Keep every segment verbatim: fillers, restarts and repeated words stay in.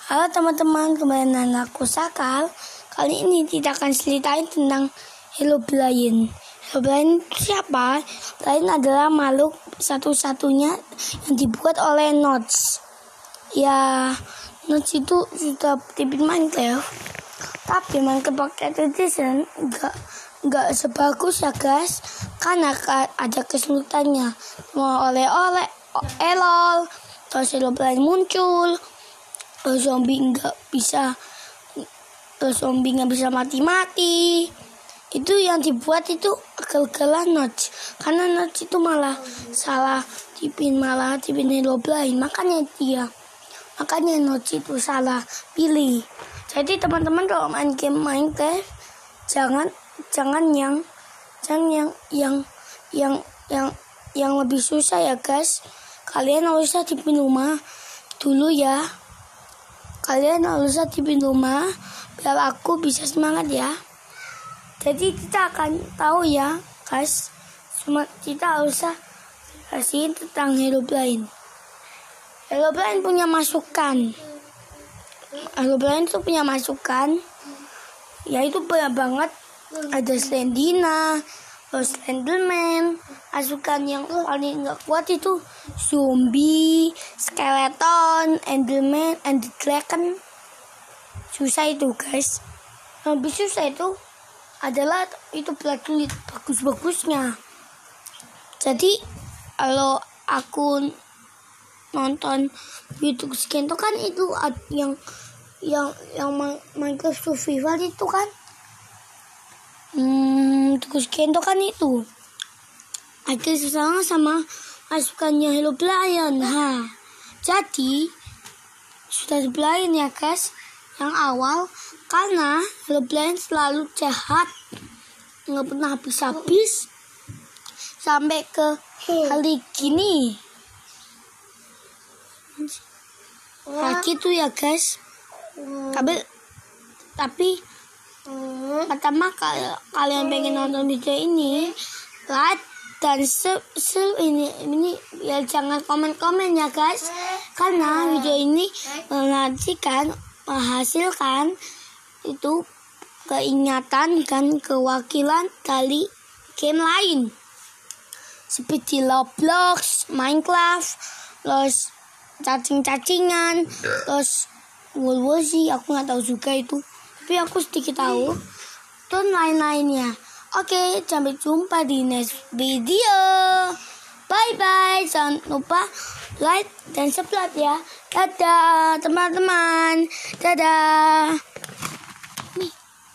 Halo teman-teman, kembali dengan aku Sakal. Kali ini kita akan ceritain tentang Herobrine. Herobrine itu siapa? Herobrine adalah makhluk satu-satunya yang dibuat oleh Notch. Ya, Notch itu sudah tipin Minecraft, tapi Minecraft Pocket Edition enggak enggak sebagus ya guys, karena ada kesulitannya. Mau oleh-oleh, elol, terus Herobrine muncul. Zombie nggak bisa, zombie nggak bisa mati-mati. Itu yang dibuat itu gagal-galan Notch, karena Notch itu malah salah tipin malah tipin Herobrine, makanya dia makanya Notch itu salah pilih. Jadi teman-teman kalau main game Minecraft jangan jangan yang jangan yang yang yang yang yang lebih susah ya guys. Kalian harus tipin rumah dulu ya. Kalian harus tipin rumah biar aku bisa semangat ya. Jadi kita akan tahu ya guys. Cuma kita harus kasih tentang Herobrine. Herobrine punya masukan. Herobrine itu punya masukan. Yaitu banyak banget. Ada Slendina, terus Slenderman. Masukan yang paling nggak kuat itu zombie, skeleton, enderman, and the dragon. Susah itu guys. Yang lebih susah itu adalah itu prajurit bagus-bagusnya. Jadi kalau aku nonton YouTube skin itu kan itu yang yang yang Minecraft survival itu kan. Hmm, terus skin itu kan itu. Ada sesuatu sama masukannya Herobrine. Ha. Jadi sudah dibelain ya guys yang awal, karena Herobrine selalu jahat, nggak pernah habis-habis sampai ke hari gini. Nah gitu ya guys. Tapi tapi pertama kalau kalian pengen nonton video ini, like dan se, se ini ini ya jangan komen-komen ya guys, karena video ini mengajikan menghasilkan itu keingatan dan kewakilan dari game lain seperti Roblox, Minecraft, terus cacing-cacingan, terus World War Z, aku nggak tahu juga itu, tapi aku sedikit tahu dan lain-lainnya. Oke, sampai jumpa di next video. Bye-bye. Jangan lupa like dan subscribe ya. Dadah, teman-teman. Dadah. Nih.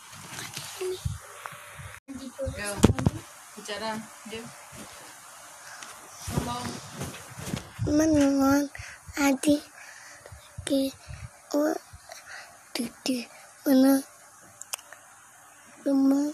Go. Bicara. Dia. Ngomong. Menon adik ke oh di mana rumah.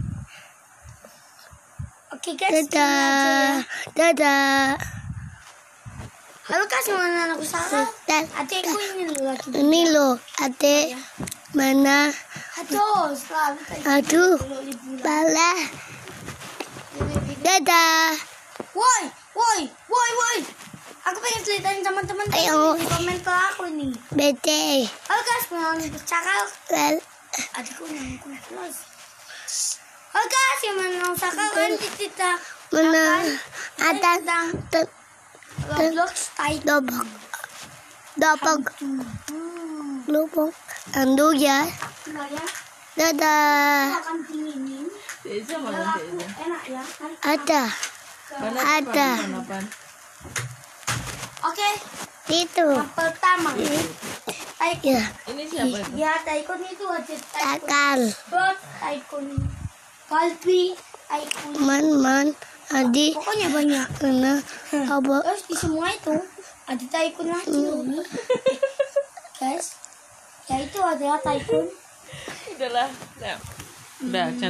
Oke guys, dadah, dadah. Halo guys, mana aku Sarah? Adekku ini loh lagi. Ini loh, adek. Mana? Aduh, selalu. Aduh, balah. Dadah. Woi, woi, woi, woi. Aku pengen ceritain sama teman-teman. Ayo. Di komen ke aku nih. Bete. Halo guys, mana Sakal? Adekku nangku terus. Halo guys, yang menang Sakal kan kita menang ada tentang Roblox Tycoon. Dobok, dobok, andu ya. Dadah. Ada, ada. Oke, itu. Yang pertama. Tycoon. Ini siapa? Ya, Tycoon itu aja. Sakal. Bot Tycoon. Kalbi, Tycoon. Man man, adi. Pokoknya banyak. Kena apa? Terus di semua itu ada Tycoon lagi loh nih. Guys, ya itu adalah Tycoon. Udahlah. Udah, jangan